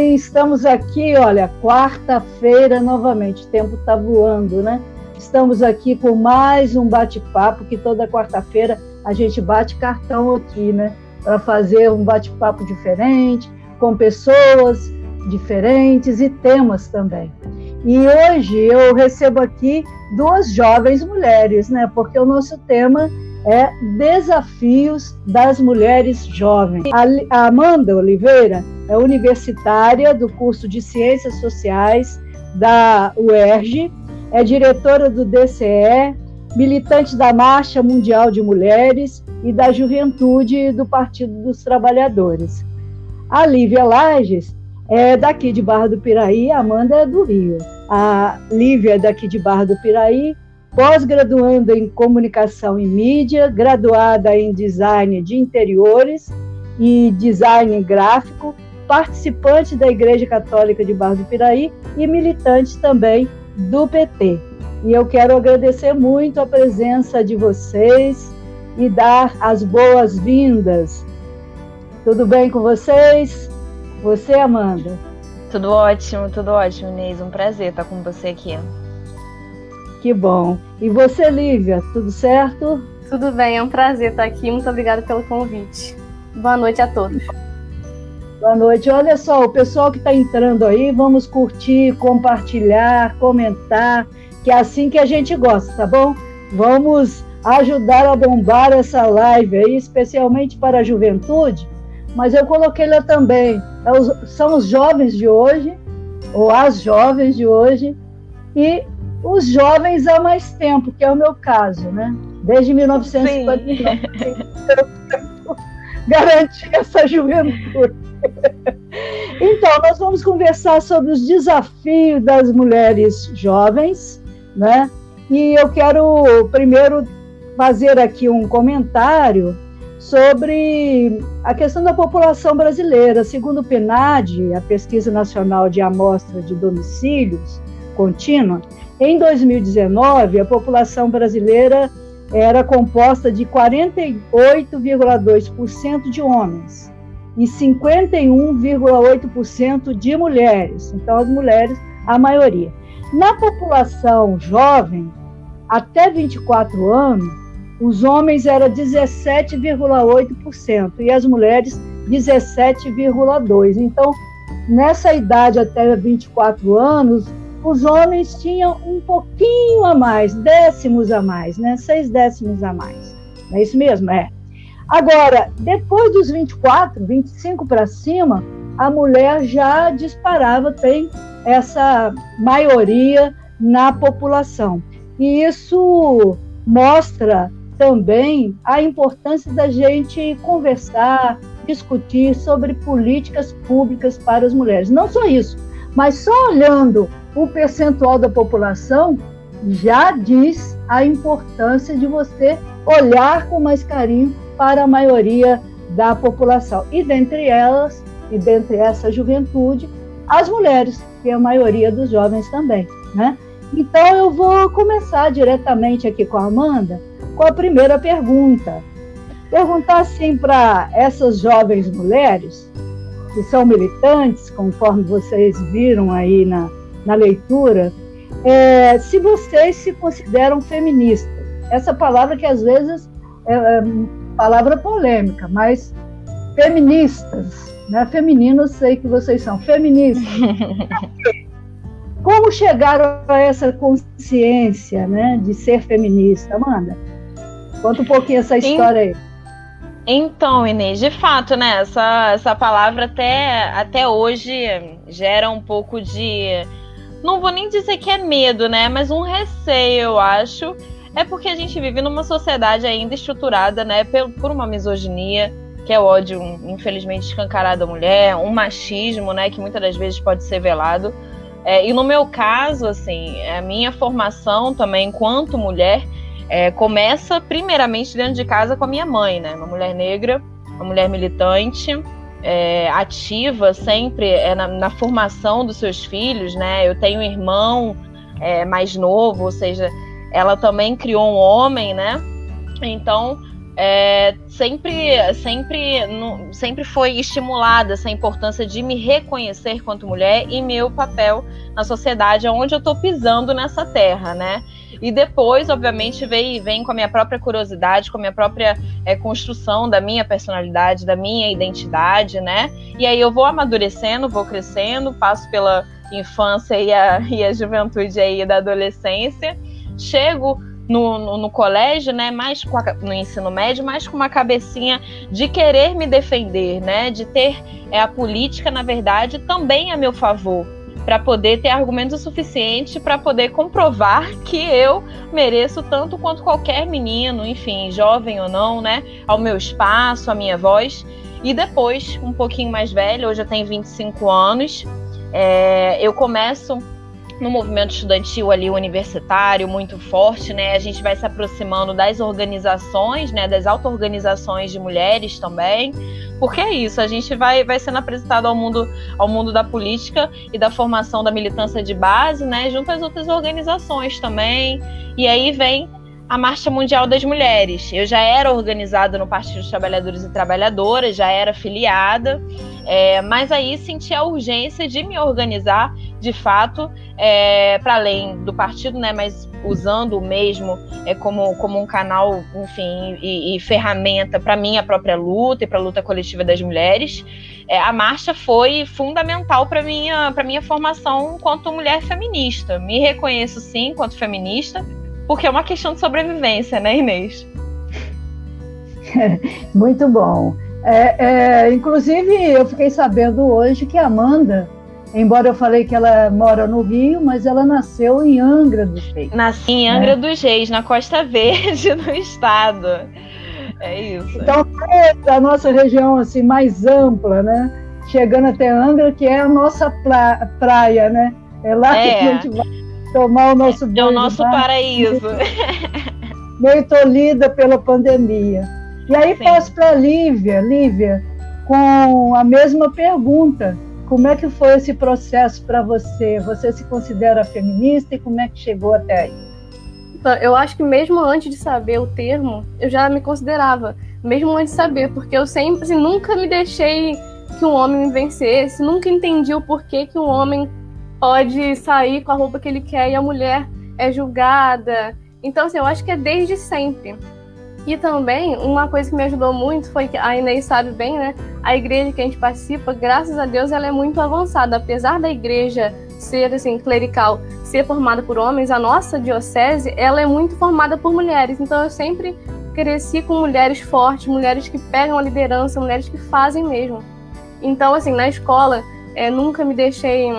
bem? Estamos aqui, olha, quarta-feira novamente, o tempo está voando, né? Estamos aqui com mais um bate-papo, que toda quarta-feira a gente bate cartão aqui, né? Para fazer um bate-papo diferente, com pessoas diferentes e temas também. E hoje eu recebo aqui duas jovens mulheres, né? Porque o nosso tema é Desafios das Mulheres Jovens. A Amanda Oliveira é universitária do curso de Ciências Sociais da UERJ, é diretora do DCE, militante da Marcha Mundial de Mulheres e da Juventude do Partido dos Trabalhadores. A Lívia Lages é daqui de Barra do Piraí, a Amanda é do Rio. A Lívia é daqui de Barra do Piraí, pós-graduanda em Comunicação e Mídia, graduada em Design de Interiores e Design Gráfico, participante da Igreja Católica de Barra do Piraí e militante também do PT. E eu quero agradecer muito a presença de vocês e dar as boas-vindas. Tudo bem com vocês? Você, Amanda? Tudo ótimo, Inês. Um prazer estar com você aqui. Que bom. E você, Lívia, tudo certo? Tudo bem, é um prazer estar aqui. Muito obrigada pelo convite. Boa noite a todos. Boa noite. Olha só, o pessoal que está entrando aí, vamos curtir, compartilhar, comentar, que é assim que a gente gosta, tá bom? Vamos ajudar a bombar essa live aí, especialmente para a juventude, mas eu coloquei lá também, são os jovens de hoje, ou as jovens de hoje, e os jovens há mais tempo, que é o meu caso, né? Desde 1959, eu garanti essa juventude. Então, nós vamos conversar sobre os desafios das mulheres jovens, né? E eu quero primeiro fazer aqui um comentário sobre a questão da população brasileira. Segundo o PNAD, a Pesquisa Nacional de Amostra de Domicílios Contínua, em 2019, a população brasileira era composta de 48,2% de homens e 51,8% de mulheres. Então, as mulheres, a maioria. Na população jovem, até 24 anos, os homens eram 17,8% e as mulheres 17,2%. Então, nessa idade até 24 anos, os homens tinham um pouquinho a mais, décimos a mais, né? 6 décimos a mais. Não é isso mesmo? É. Agora, depois dos 24, 25 para cima, a mulher já disparava, tem essa maioria na população. E isso mostra também a importância da gente conversar, discutir sobre políticas públicas para as mulheres. Não só isso, mas só olhando o percentual da população já diz a importância de você olhar com mais carinho para a maioria da população. E dentre elas, e dentre essa juventude, as mulheres, que é a maioria dos jovens também, né? Então eu vou começar diretamente aqui com a Amanda, com a primeira pergunta. Perguntar assim para essas jovens mulheres, que são militantes, conforme vocês viram aí na leitura, se vocês se consideram feministas. Essa palavra que às vezes é palavra polêmica, mas feministas, né? Feminino, eu sei que vocês são feministas. Como chegaram a essa consciência, né, de ser feminista, Amanda? Conta um pouquinho essa história aí. Então, Inês, de fato, né, essa palavra até hoje gera um pouco de, não vou nem dizer que é medo, né, mas um receio, eu acho. É porque a gente vive numa sociedade ainda estruturada, né, por uma misoginia, que é o ódio, infelizmente, escancarado à mulher, um machismo, né, que muitas das vezes pode ser velado. E no meu caso, assim, a minha formação também enquanto mulher começa primeiramente dentro de casa com a minha mãe, né? Uma mulher negra, uma mulher militante, ativa sempre na formação dos seus filhos, né? Eu tenho um irmão mais novo, ou seja, ela também criou um homem, né? Então, sempre foi estimulada essa importância de me reconhecer enquanto mulher e meu papel na sociedade, onde eu estou pisando nessa terra, né? E depois, obviamente, vem com a minha própria curiosidade, com a minha própria construção da minha personalidade, da minha identidade, né? E aí eu vou amadurecendo, vou crescendo, passo pela infância e a juventude aí da adolescência, chego no colégio, né, mais no ensino médio, mais com uma cabecinha de querer me defender, né, de ter a política, na verdade, também a meu favor, para poder ter argumentos suficientes para poder comprovar que eu mereço tanto quanto qualquer menino, enfim, jovem ou não, né, ao meu espaço, à minha voz. E depois, um pouquinho mais velha, hoje eu tenho 25 anos, eu começo no movimento estudantil ali universitário muito forte, né? A gente vai se aproximando das organizações, né? Das auto-organizações de mulheres também, porque é isso, a gente vai sendo apresentado ao mundo da política e da formação da militância de base, né? Junto às outras organizações também. E aí vem a Marcha Mundial das Mulheres. Eu já era organizada no Partido dos Trabalhadores e Trabalhadoras, já era filiada, mas aí senti a urgência de me organizar, de fato, para além do partido, né, mas usando o mesmo como um canal, enfim, e ferramenta para minha própria luta e para a luta coletiva das mulheres. A marcha foi fundamental para minha formação enquanto mulher feminista. Me reconheço, sim, enquanto feminista, porque é uma questão de sobrevivência, né, Inês? Muito bom. Inclusive, eu fiquei sabendo hoje que a Amanda, embora eu falei que ela mora no Rio, mas ela nasceu em Angra dos Reis. Nasci em Angra dos Reis, na Costa Verde do estado. É isso. Então, é da nossa região assim, mais ampla, né? Chegando até Angra, que é a nossa praia, né? É lá que a gente vai tomar o nosso banho. É o nosso paraíso. Meio tolhida pela pandemia. E aí passo para a Lívia. Lívia, com a mesma pergunta. Como é que foi esse processo para você? Você se considera feminista e como é que chegou até aí? Então, eu acho que mesmo antes de saber o termo, eu já me considerava. Mesmo antes de saber, porque eu sempre, assim, nunca me deixei que um homem me vencesse, nunca entendi o porquê que um homem pode sair com a roupa que ele quer e a mulher é julgada. Então, assim, eu acho que é desde sempre. E também, uma coisa que me ajudou muito foi que a Inês sabe bem, né? A igreja que a gente participa, graças a Deus, ela é muito avançada. Apesar da igreja ser, assim, clerical, ser formada por homens, a nossa diocese, ela é muito formada por mulheres. Então, eu sempre cresci com mulheres fortes, mulheres que pegam a liderança, mulheres que fazem mesmo. Então, assim, na escola, nunca me deixei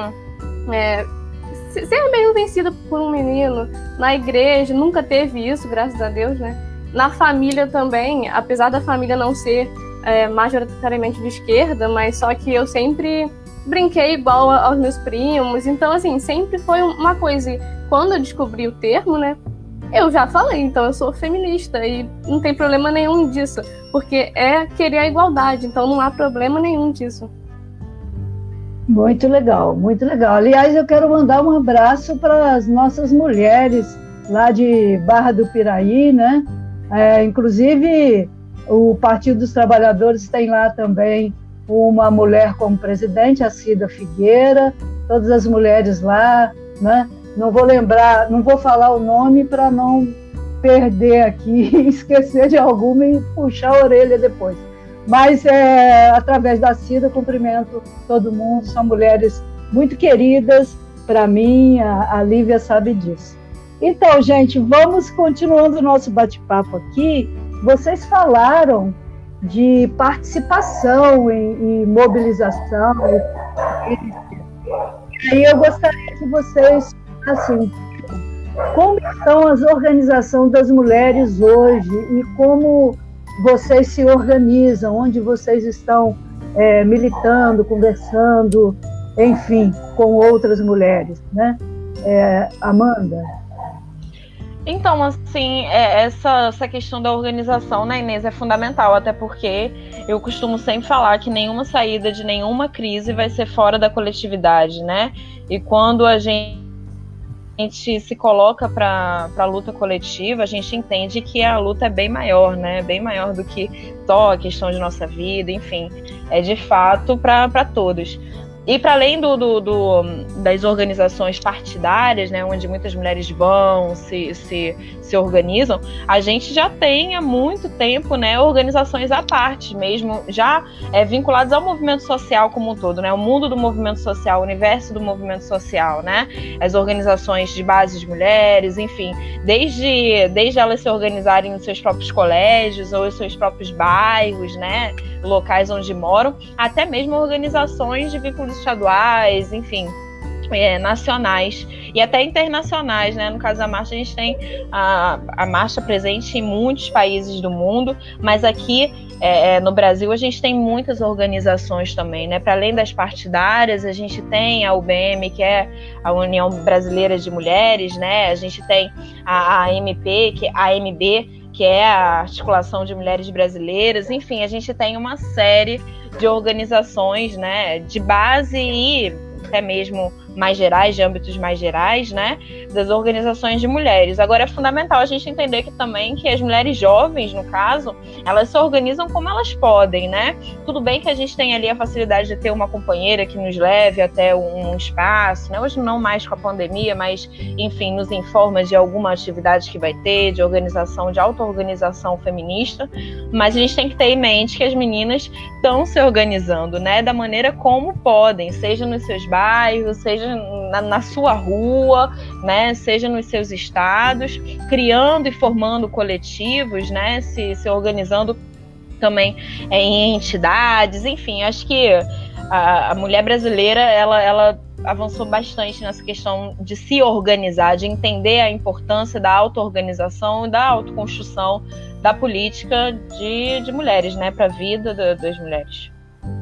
ser mesmo vencida por um menino. Na igreja, nunca teve isso, graças a Deus, né? Na família também, apesar da família não ser majoritariamente de esquerda, mas só que eu sempre brinquei igual aos meus primos. Então, assim, sempre foi uma coisa. E quando eu descobri o termo, né, eu já falei, então eu sou feminista e não tem problema nenhum disso, porque é querer a igualdade, então não há problema nenhum disso. Muito legal, muito legal. Aliás, eu quero mandar um abraço para as nossas mulheres lá de Barra do Piraí, né? Inclusive, o Partido dos Trabalhadores tem lá também uma mulher como presidente, a Cida Figueira, todas as mulheres lá, né? Não vou falar o nome para não perder aqui, esquecer de alguma e puxar a orelha depois. Mas, através da Cida, cumprimento todo mundo, são mulheres muito queridas para mim, a Lívia sabe disso. Então, gente, vamos continuando o nosso bate-papo aqui. Vocês falaram de participação e mobilização. E aí eu gostaria que vocês, assim, como estão as organizações das mulheres hoje e como vocês se organizam, onde vocês estão militando, conversando, enfim, com outras mulheres, né? Amanda? Então, assim, essa questão da organização, né, Inês, é fundamental, até porque eu costumo sempre falar que nenhuma saída de nenhuma crise vai ser fora da coletividade, né? E quando a gente gente se coloca para a luta coletiva, a gente entende que a luta é bem maior, né? Bem maior do que só a questão de nossa vida, enfim, é de fato para todos. E para além das organizações partidárias, né, onde muitas mulheres vão, se organizam, a gente já tem há muito tempo, né, organizações à parte, mesmo já vinculadas ao movimento social como um todo, né, o mundo do movimento social, o universo do movimento social, né, as organizações de base de mulheres, enfim, desde elas se organizarem nos seus próprios colégios ou nos seus próprios bairros, né, locais onde moram, até mesmo organizações de vínculos estaduais, enfim, nacionais e até internacionais, né? No caso da marcha, a gente tem a marcha presente em muitos países do mundo, mas aqui no Brasil a gente tem muitas organizações também, né? Para além das partidárias, a gente tem a UBM, que é a União Brasileira de Mulheres, né? A gente tem a AMP, a AMB, que é a Articulação de Mulheres Brasileiras, enfim, a gente tem uma série de organizações, né, de base e até mesmo mais gerais, de âmbitos mais gerais, né, das organizações de mulheres. Agora é fundamental a gente entender que as mulheres jovens, no caso, elas se organizam como elas podem, né? Tudo bem que a gente tem ali a facilidade de ter uma companheira que nos leve até um espaço, né? Hoje não mais com a pandemia, mas, enfim, nos informa de alguma atividade que vai ter, de organização, de auto-organização feminista, mas a gente tem que ter em mente que as meninas estão se organizando, né, da maneira como podem, seja nos seus bairros, seja na sua rua, né, seja nos seus estados, criando e formando coletivos, né, se organizando também em entidades, enfim, acho que a mulher brasileira, ela avançou bastante nessa questão de se organizar, de entender a importância da auto-organização e da autoconstrução da política de mulheres, né, para a vida das mulheres.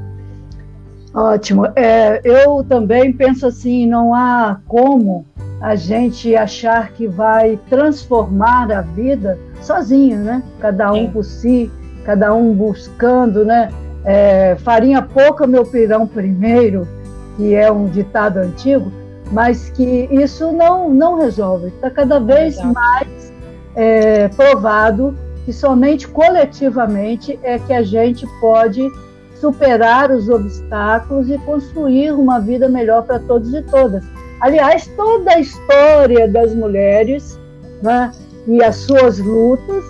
Ótimo. Eu também penso assim, não há como a gente achar que vai transformar a vida sozinho, né? Cada um por si, cada um buscando, né? Farinha pouca, meu pirão primeiro, que é um ditado antigo, mas que isso não resolve. Está cada vez mais provado que somente coletivamente é que a gente pode superar os obstáculos e construir uma vida melhor para todos e todas. Aliás, toda a história das mulheres, né, e as suas lutas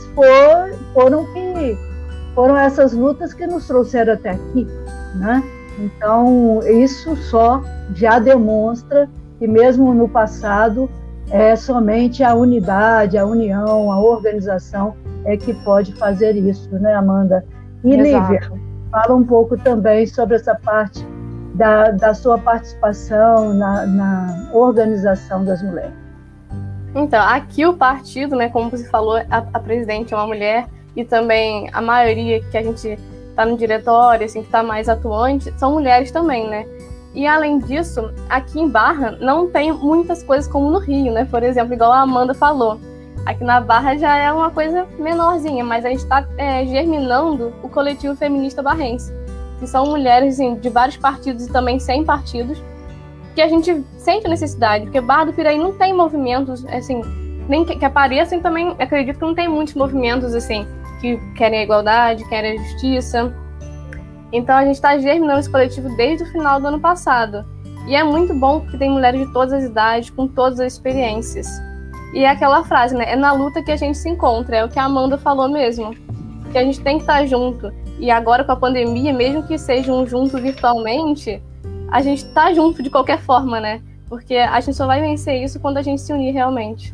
foram essas lutas que nos trouxeram até aqui, né? Então, isso só já demonstra que mesmo no passado é somente a unidade, a união, a organização é que pode fazer isso, né, Amanda? E Lívia, fala um pouco também sobre essa parte da sua participação na organização das mulheres. Então, aqui o partido, né, como você falou, a presidente é uma mulher e também a maioria que a gente está no diretório, assim, que está mais atuante, são mulheres também, né? E além disso, aqui em Barra não tem muitas coisas como no Rio, né? Por exemplo, igual a Amanda falou, aqui na Barra já é uma coisa menorzinha, mas a gente está germinando o coletivo feminista barrense, que são mulheres assim, de vários partidos e também sem partidos, que a gente sente a necessidade, porque Barra do Piraí não tem movimentos assim, nem que apareçam, e também acredito que não tem muitos movimentos assim, que querem a igualdade, querem a justiça. Então a gente está germinando esse coletivo desde o final do ano passado. E é muito bom porque tem mulheres de todas as idades, com todas as experiências. E é aquela frase, né? É na luta que a gente se encontra, é o que a Amanda falou mesmo. Que a gente tem que estar junto. E agora com a pandemia, mesmo que seja um junto virtualmente, a gente está junto de qualquer forma, né? Porque a gente só vai vencer isso quando a gente se unir realmente.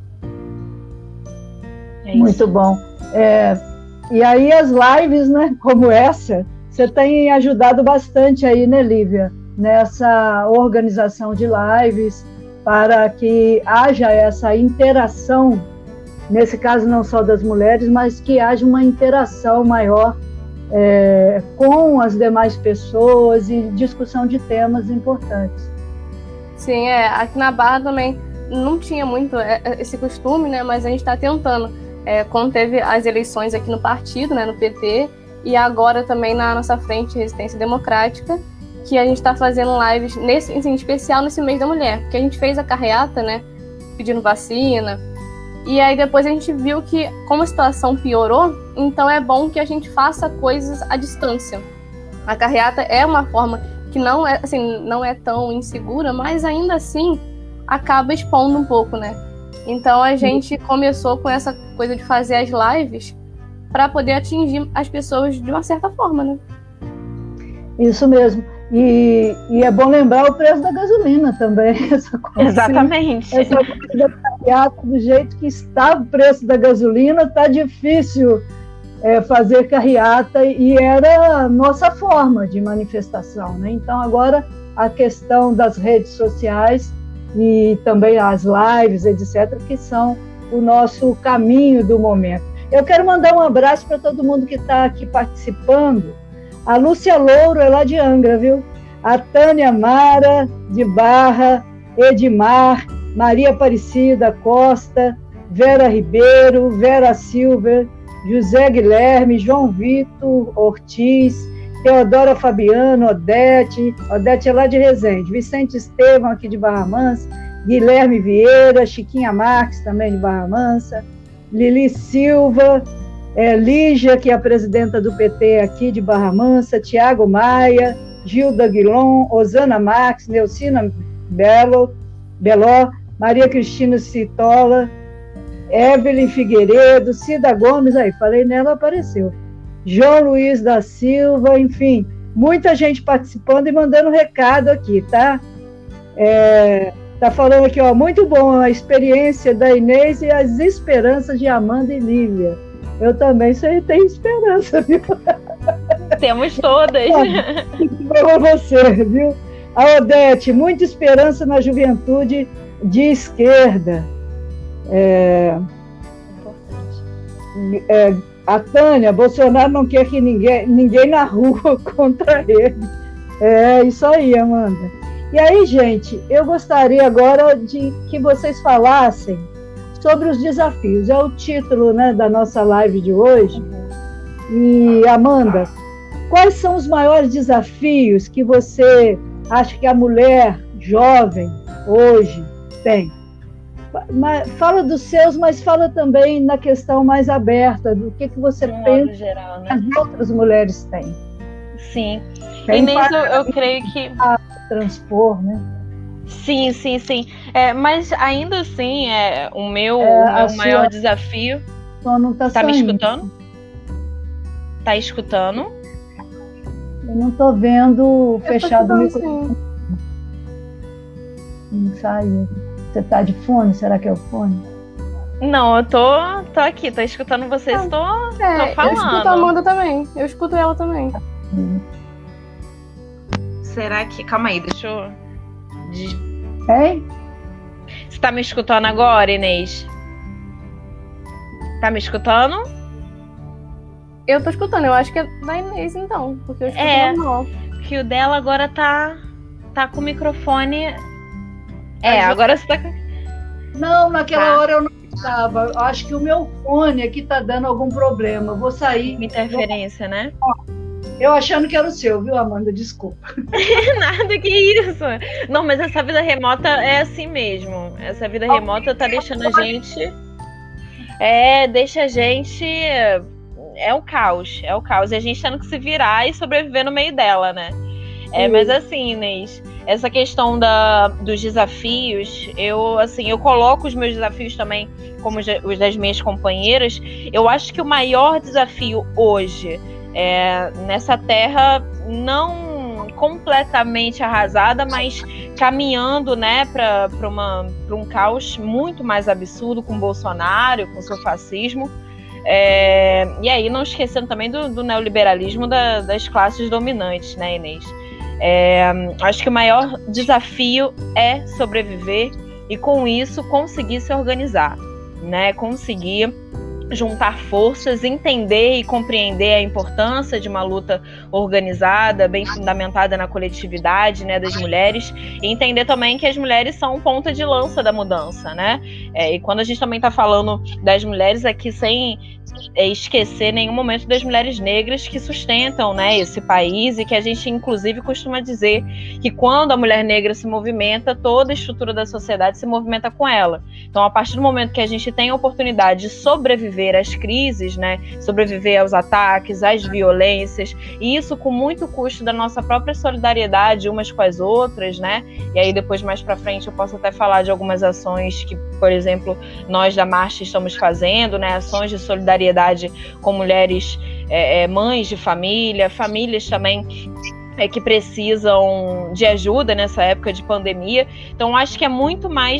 Muito bom. E aí as lives, né, como essa, você tem ajudado bastante aí, né, Lívia? Nessa organização de lives, para que haja essa interação, nesse caso não só das mulheres, mas que haja uma interação maior com as demais pessoas e discussão de temas importantes. Sim, aqui na Barra também não tinha muito esse costume, né, mas a gente está tentando. Quando teve as eleições aqui no partido, né, no PT, e agora também na nossa frente de Resistência Democrática, que a gente está fazendo lives, em especial nesse mês da mulher, porque a gente fez a carreata, né, pedindo vacina. E aí depois a gente viu que, como a situação piorou, então é bom que a gente faça coisas à distância. A carreata é uma forma que não é, assim, não é tão insegura, mas ainda assim acaba expondo um pouco, né? Então a gente começou com essa coisa de fazer as lives para poder atingir as pessoas de uma certa forma, né? Isso mesmo. E é bom lembrar o preço da gasolina também. Essa coisa, exatamente. Essa coisa da carreata, do jeito que está o preço da gasolina, está difícil fazer carreata, e era a nossa forma de manifestação, né? Então agora a questão das redes sociais e também as lives, etc., que são o nosso caminho do momento. Eu quero mandar um abraço para todo mundo que está aqui participando. A Lúcia Louro é lá de Angra, viu? A Tânia Mara, de Barra, Edmar, Maria Aparecida Costa, Vera Ribeiro, Vera Silva, José Guilherme, João Vitor Ortiz, Teodora Fabiano, Odete é lá de Resende, Vicente Estevão, aqui de Barra Mansa, Guilherme Vieira, Chiquinha Marques, também de Barra Mansa, Lili Silva, Lígia, que é a presidenta do PT aqui de Barra Mansa, Tiago Maia, Gilda Guilom, Osana Marques, Neucina Beló, Maria Cristina Citola, Evelyn Figueiredo, Cida Gomes, aí falei nela, apareceu, João Luiz da Silva, enfim, muita gente participando e mandando recado aqui, tá? Tá falando aqui, ó, muito bom a experiência da Inês e as esperanças de Amanda e Lívia. Eu também tenho esperança, viu? Temos todas. Para você, viu? A Odete, muita esperança na juventude de esquerda. A Tânia, Bolsonaro não quer que ninguém na rua contra ele. É isso aí, Amanda. E aí, gente, eu gostaria agora de que vocês falassem sobre os desafios. É o título, né, da nossa live de hoje. E, Amanda, quais são os maiores desafios que você acha que a mulher jovem hoje tem? Fala dos seus, mas fala também na questão mais aberta, do que você pensa geral, né? que as outras mulheres têm. Sim. E nisso eu creio que... transpor, né? Sim. Mas ainda assim, o meu maior desafio... Só não tá me saindo. escutando? Tá escutando? Eu não tô vendo fechado o microfone. Não saiu. Você tá de fone? Será que é o fone? Não, eu tô aqui, tô escutando vocês, tô falando. Eu escuto a Amanda também, eu escuto ela também. Será que... Calma aí, deixa eu... Hein? Você tá me escutando agora, Inês? Tá me escutando? Eu tô escutando, eu acho que é da Inês então, porque eu escuto normal. Que o dela agora tá com o microfone... agora você tá... Não, naquela hora eu não estava. Acho que o meu fone aqui tá dando algum problema. Eu vou sair. Interferência, né? Eu achando que era o seu, viu, Amanda? Desculpa. Nada, que isso. Não, mas essa vida remota é assim mesmo. Essa vida remota tá deixando a gente... deixa a gente... É o caos. E a gente tendo que se virar e sobreviver no meio dela, né? Mas assim, Inês, essa questão dos desafios, eu coloco os meus desafios também como os das minhas companheiras. Eu acho que o maior desafio hoje, nessa terra não completamente arrasada, mas caminhando, né, para um caos muito mais absurdo com Bolsonaro, com seu fascismo. E aí não esquecendo também do neoliberalismo das classes dominantes, né, Inês? Acho que o maior desafio é sobreviver e com isso conseguir se organizar, né? Conseguir juntar forças, entender e compreender a importância de uma luta organizada, bem fundamentada na coletividade, né, das mulheres, e entender também que as mulheres são ponta de lança da mudança, né? E quando a gente também está falando das mulheres aqui, sem esquecer nenhum momento das mulheres negras que sustentam, né, esse país, e que a gente inclusive costuma dizer que quando a mulher negra se movimenta, toda a estrutura da sociedade se movimenta com ela. Então, a partir do momento que a gente tem a oportunidade de sobreviver às crises, né, sobreviver aos ataques, às violências, e isso com muito custo da nossa própria solidariedade umas com as outras, né? E aí depois, mais para frente, eu posso até falar de algumas ações que, por exemplo, nós da Marcha estamos fazendo, né, ações de solidariedade com mulheres mães de família, famílias também que precisam de ajuda nessa época de pandemia. Então, acho que é muito mais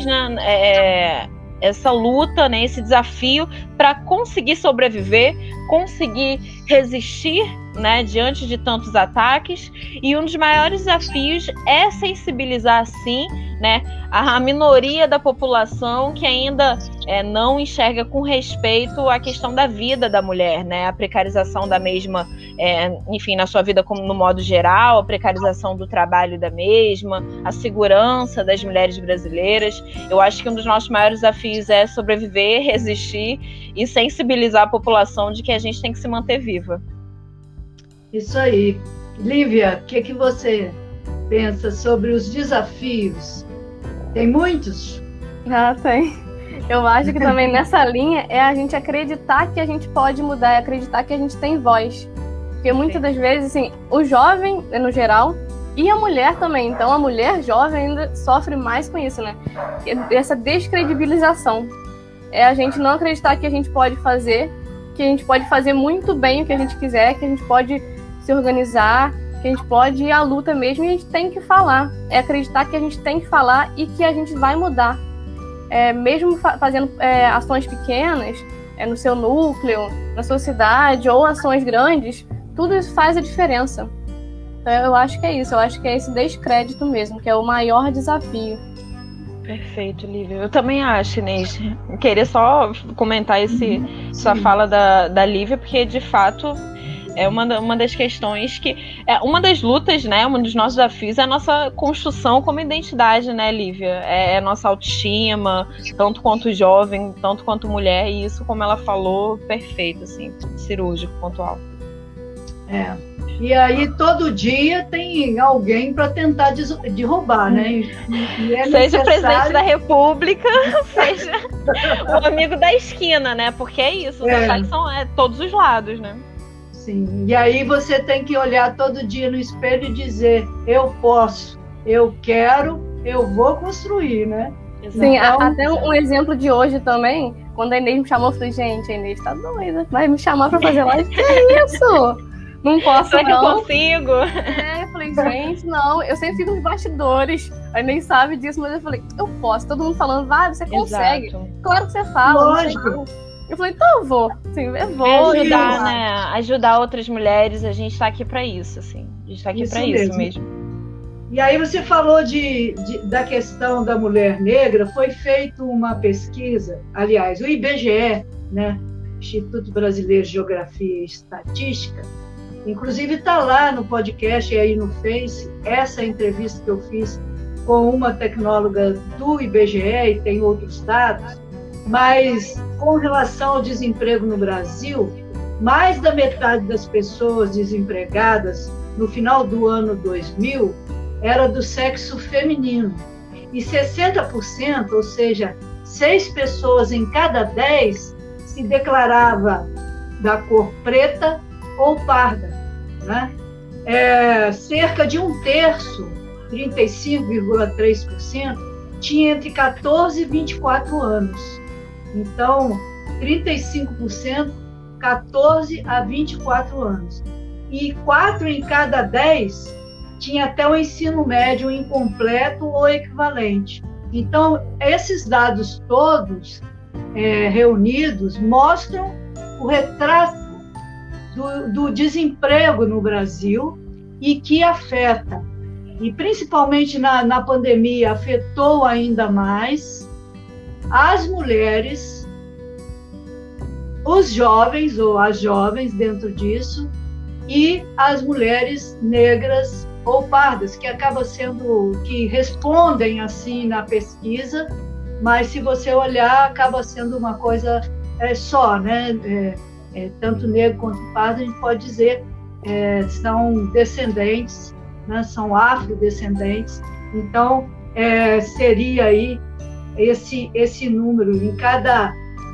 essa luta, né, esse desafio para conseguir sobreviver, conseguir resistir, né, diante de tantos ataques. E um dos maiores desafios é sensibilizar, sim, né, a minoria da população que ainda não enxerga com respeito a questão da vida da mulher, né, a precarização da mesma, enfim, na sua vida como no modo geral, a precarização do trabalho da mesma, a segurança das mulheres brasileiras. Eu acho que um dos nossos maiores desafios é sobreviver, resistir e sensibilizar a população de que a gente tem que se manter viva. Isso aí. Lívia, o que você pensa sobre os desafios? Tem muitos? Tem. Eu acho que também nessa linha é a gente acreditar que a gente pode mudar, é acreditar que a gente tem voz. Porque muitas das vezes, assim, o jovem, no geral, e a mulher também. Então, a mulher jovem ainda sofre mais com isso, né? Essa descredibilização. É a gente não acreditar que a gente pode fazer, que a gente pode fazer muito bem o que a gente quiser, que a gente pode se organizar, que a gente pode ir à luta mesmo, e a gente tem que falar. É acreditar que a gente tem que falar e que a gente vai mudar. Mesmo fazendo ações pequenas, no seu núcleo, na sua cidade, ou ações grandes, tudo isso faz a diferença. Então, eu acho que é isso, eu acho que é esse descrédito mesmo, que é o maior desafio. Perfeito, Lívia. Eu também acho, Inês. Eu queria só comentar essa fala da Lívia, porque, de fato, é uma das questões que... uma das lutas, né? Um dos nossos desafios é a nossa construção como identidade, né, Lívia? É a nossa autoestima, tanto quanto jovem, tanto quanto mulher, e isso, como ela falou, perfeito, assim, cirúrgico, pontual. E aí, todo dia tem alguém para tentar derrubar, né? E seja o presidente da República, seja o amigo da esquina, né? Porque é isso, os ataques são todos os lados, né? Sim, e aí você tem que olhar todo dia no espelho e dizer: eu posso, eu quero, eu vou construir, né? Sim, então, até um exemplo de hoje também, quando a Inês me chamou, eu falei: gente, a Inês tá doida, vai me chamar para fazer live? Que é isso? Não posso, será não. Que eu consigo? Eu falei, gente, não. Eu sempre fico nos bastidores. Aí nem sabe disso, mas eu falei, eu posso. Todo mundo falando, vai, você consegue. Exato. Claro que você fala. Lógico. Eu falei, então eu vou. Assim, eu vou. Ajudar, né? Ajudar outras mulheres. A gente tá aqui pra isso, assim. A gente tá aqui pra isso mesmo. E aí você falou da questão da mulher negra. Foi feita uma pesquisa, aliás, o IBGE, né? Instituto Brasileiro de Geografia e Estatística, inclusive está lá no podcast e aí no Face, essa entrevista que eu fiz com uma tecnóloga do IBGE, e tem outros dados, mas com relação ao desemprego no Brasil, mais da metade das pessoas desempregadas no final do ano 2000 era do sexo feminino. E 60%, ou seja, 6 pessoas em cada 10 se declarava da cor preta ou parda, né? Cerca de 1/3, 35,3%, tinha entre 14 e 24 anos. Então, 35%, 14 a 24 anos. E 4 em cada 10 tinha até o ensino médio incompleto ou equivalente. Então, esses dados todos reunidos mostram o retrato do desemprego no Brasil e que afeta, e principalmente na pandemia, afetou ainda mais as mulheres, os jovens ou as jovens dentro disso e as mulheres negras ou pardas, que acaba sendo, que respondem assim na pesquisa, mas se você olhar, acaba sendo uma coisa só, né? Tanto negro quanto pardo, a gente pode dizer, são descendentes, né? São afrodescendentes, então seria aí esse número, em cada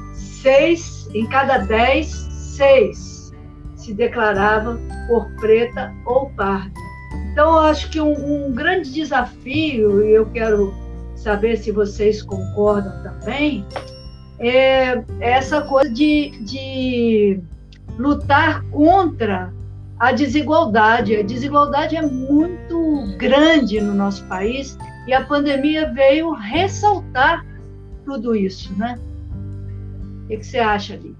10, 6 se declarava por preta ou parda. Então, eu acho que um grande desafio, e eu quero saber se vocês concordam também, é essa coisa de lutar contra a desigualdade. A desigualdade é muito grande no nosso país e a pandemia veio ressaltar tudo isso, né? O que você acha, Ali?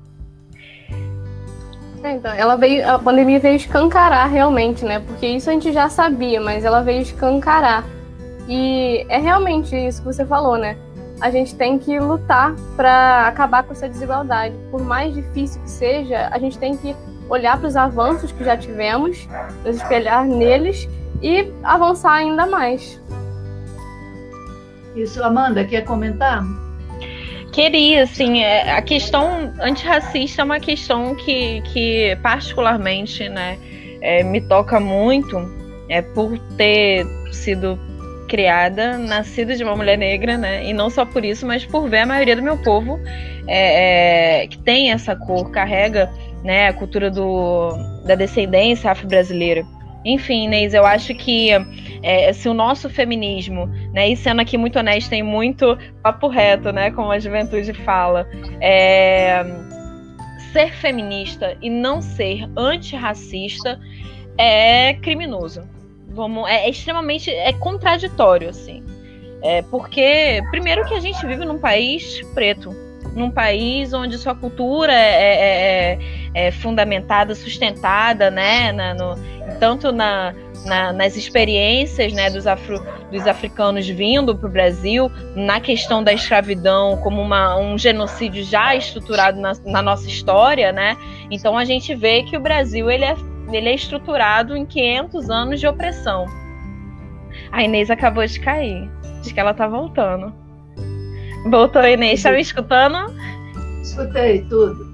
Então, a pandemia veio escancarar realmente, né? Porque isso a gente já sabia, mas ela veio escancarar. E é realmente isso que você falou, né? A gente tem que lutar para acabar com essa desigualdade. Por mais difícil que seja, a gente tem que olhar para os avanços que já tivemos, nos espelhar neles e avançar ainda mais. Isso, Amanda, quer comentar? Queria, assim, a questão antirracista é uma questão que particularmente, né, me toca muito, por ter sido nascida de uma mulher negra, né, e não só por isso, mas por ver a maioria do meu povo que tem essa cor, carrega, né, a cultura da descendência afro-brasileira. Enfim, Inês, eu acho que se o nosso feminismo, né, e sendo aqui muito honesta e muito papo reto, né, como a juventude fala, ser feminista e não ser antirracista é criminoso. É extremamente contraditório, assim. Porque, primeiro, que a gente vive num país preto, num país onde sua cultura é fundamentada, sustentada, né, tanto nas experiências, né, dos africanos vindo para o Brasil, na questão da escravidão como um genocídio já estruturado na nossa história, né? Então a gente vê que o Brasil ele é estruturado em 500 anos de opressão. A Inês acabou de cair. Acho que ela tá voltando. Voltou, Inês. Tá me escutando? Escutei tudo.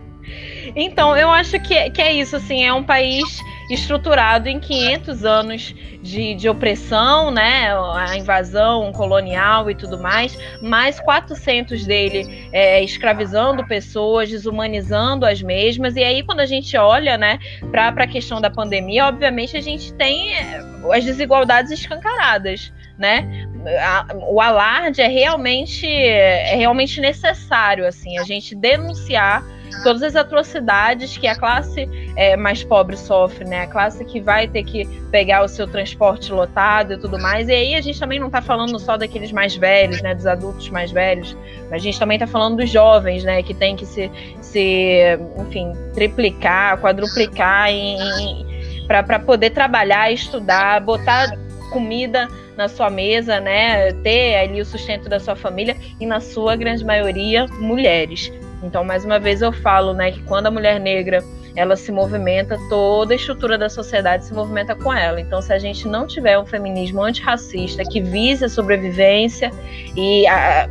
Então, eu acho que é isso, assim, é um país estruturado em 500 anos de opressão, né, a invasão colonial e tudo mais 400 dele escravizando pessoas, desumanizando as mesmas, e aí quando a gente olha, né, para a questão da pandemia, obviamente a gente tem as desigualdades escancaradas, né, o alarde é realmente necessário, assim, a gente denunciar todas as atrocidades que a classe mais pobre sofre, né? A classe que vai ter que pegar o seu transporte lotado e tudo mais. E aí a gente também não está falando só daqueles mais velhos, né? Dos adultos mais velhos. Mas a gente também está falando dos jovens, né? Que tem que se enfim, triplicar, quadruplicar para poder trabalhar, estudar, botar comida na sua mesa, né? Ter ali o sustento da sua família e, na sua grande maioria, mulheres. Então, mais uma vez eu falo, né, que quando a mulher negra ela se movimenta, toda a estrutura da sociedade se movimenta com ela. Então, se a gente não tiver um feminismo antirracista que vise a sobrevivência e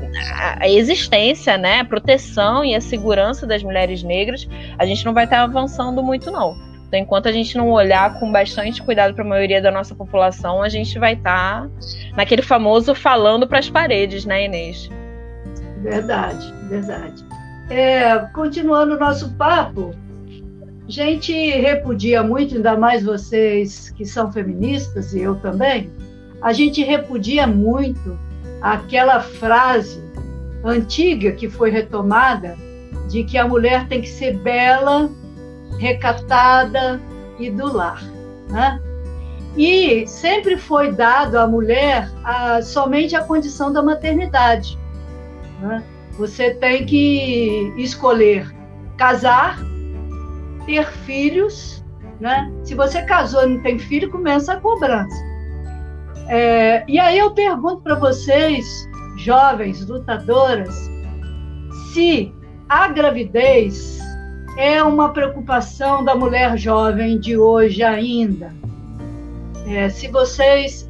a existência, né, a proteção e a segurança das mulheres negras, a gente não vai estar avançando muito, não. Então, enquanto a gente não olhar com bastante cuidado para a maioria da nossa população, a gente vai estar naquele famoso falando para as paredes, né, Inês? Verdade, verdade. Continuando o nosso papo, a gente repudia muito, ainda mais vocês que são feministas, e eu também, a gente repudia muito aquela frase antiga que foi retomada de que a mulher tem que ser bela, recatada e do lar, né? E sempre foi dado à mulher somente a condição da maternidade, né? Você tem que escolher casar, ter filhos, né? Se você casou e não tem filho, começa a cobrança. E aí eu pergunto para vocês, jovens lutadoras, se a gravidez é uma preocupação da mulher jovem de hoje ainda. Se vocês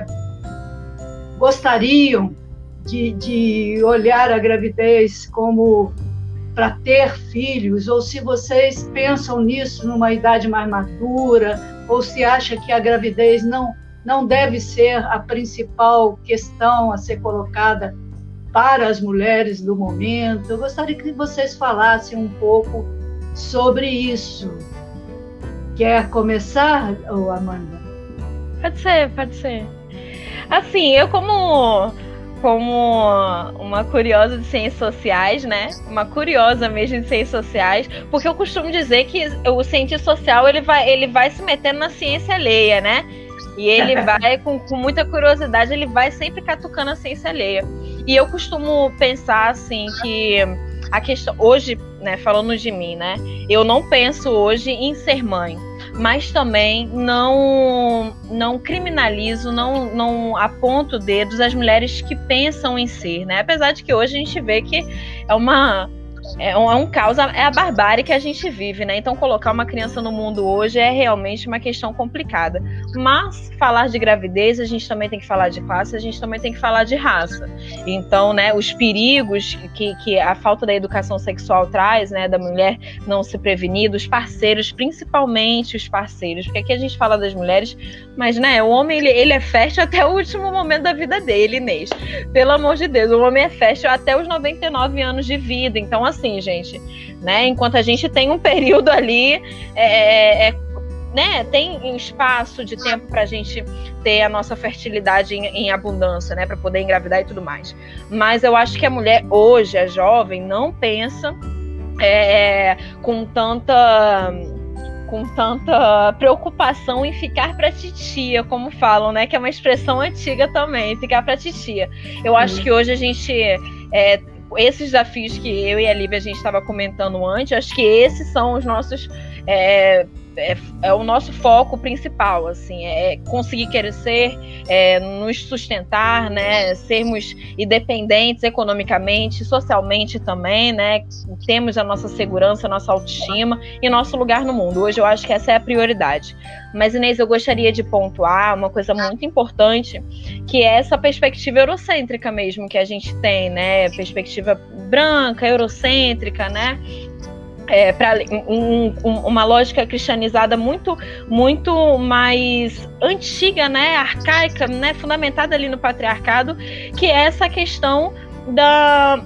gostariam de olhar a gravidez como para ter filhos, ou se vocês pensam nisso numa idade mais madura, ou se acha que a gravidez não deve ser a principal questão a ser colocada para as mulheres do momento. Eu gostaria que vocês falassem um pouco sobre isso. Quer começar, Amanda? Pode ser. Assim, eu como uma curiosa de ciências sociais, né? Uma curiosa mesmo de ciências sociais, porque eu costumo dizer que o cientista social ele vai se metendo na ciência alheia, né? E ele vai, com muita curiosidade, ele vai sempre catucando a ciência alheia. E eu costumo pensar, assim, que a questão... Hoje, né, falando de mim, né? Eu não penso hoje em ser mãe, mas também não criminalizo, não aponto dedos às mulheres que pensam em ser, né? Apesar de que hoje a gente vê que é um caos, é a barbárie que a gente vive, né? Então colocar uma criança no mundo hoje é realmente uma questão complicada. Mas falar de gravidez, a gente também tem que falar de classe, a gente também tem que falar de raça. Então, né, os perigos que a falta da educação sexual traz, né, da mulher não se prevenir, dos parceiros, principalmente os parceiros, porque aqui a gente fala das mulheres, mas, né, o homem, ele é fértil até o último momento da vida dele, Inês. Pelo amor de Deus, o homem é fértil até os 99 anos de vida. Então, assim, gente, né, enquanto a gente tem um período ali, né, tem espaço de tempo para a gente ter a nossa fertilidade em abundância, né, para poder engravidar e tudo mais. Mas eu acho que a mulher hoje, a jovem, não pensa com tanta preocupação em ficar pra titia, como falam, né, que é uma expressão antiga também, ficar pra titia. Eu acho que hoje a gente... esses desafios que eu e a Lívia a gente estava comentando antes, acho que esses são os nossos... É o nosso foco principal, assim, é conseguir crescer, nos sustentar, né, sermos independentes economicamente, socialmente também, né, temos a nossa segurança, a nossa autoestima e nosso lugar no mundo. Hoje eu acho que essa é a prioridade. Mas, Inês, eu gostaria de pontuar uma coisa muito importante, que é essa perspectiva eurocêntrica mesmo que a gente tem, né, perspectiva branca, eurocêntrica, né, para uma lógica cristianizada muito mais antiga, né, arcaica, né, fundamentada ali no patriarcado, que é essa questão da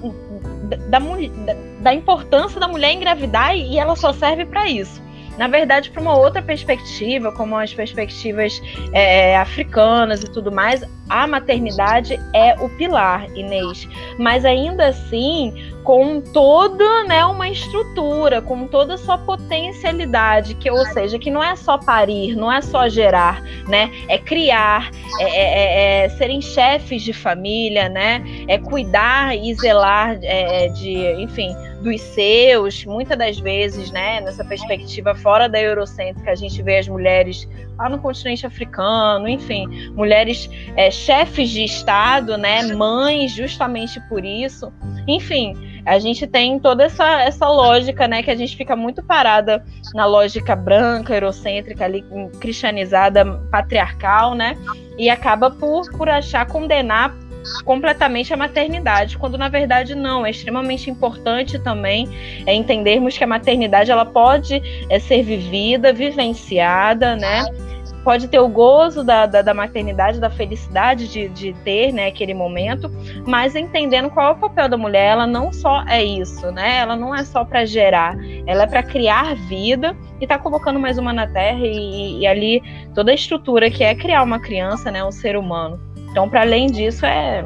importância da mulher engravidar, e ela só serve para isso. Na verdade, para uma outra perspectiva, como as perspectivas africanas e tudo mais, a maternidade é o pilar, Inês. Mas ainda assim, com toda, né, uma estrutura, com toda a sua potencialidade, ou seja, que não é só parir, não é só gerar, né? É criar, serem chefes de família, né? É cuidar e zelar enfim, dos seus, muitas das vezes, né, nessa perspectiva fora da eurocêntrica, a gente vê as mulheres lá no continente africano, enfim, mulheres chefes de Estado, né, mães, justamente por isso. Enfim, a gente tem toda essa lógica, né, que a gente fica muito parada na lógica branca, eurocêntrica, ali, cristianizada, patriarcal, né, e acaba por achar, condenar completamente a maternidade, quando na verdade não, é extremamente importante também entendermos que a maternidade ela pode ser vivida, vivenciada, né? Pode ter o gozo da maternidade, da felicidade de ter, né, aquele momento, mas entendendo qual é o papel da mulher. Ela não só é isso, né? Ela não é só para gerar, ela é para criar vida e tá colocando mais uma na Terra e ali toda a estrutura que é criar uma criança, né, um ser humano. Então, para além disso,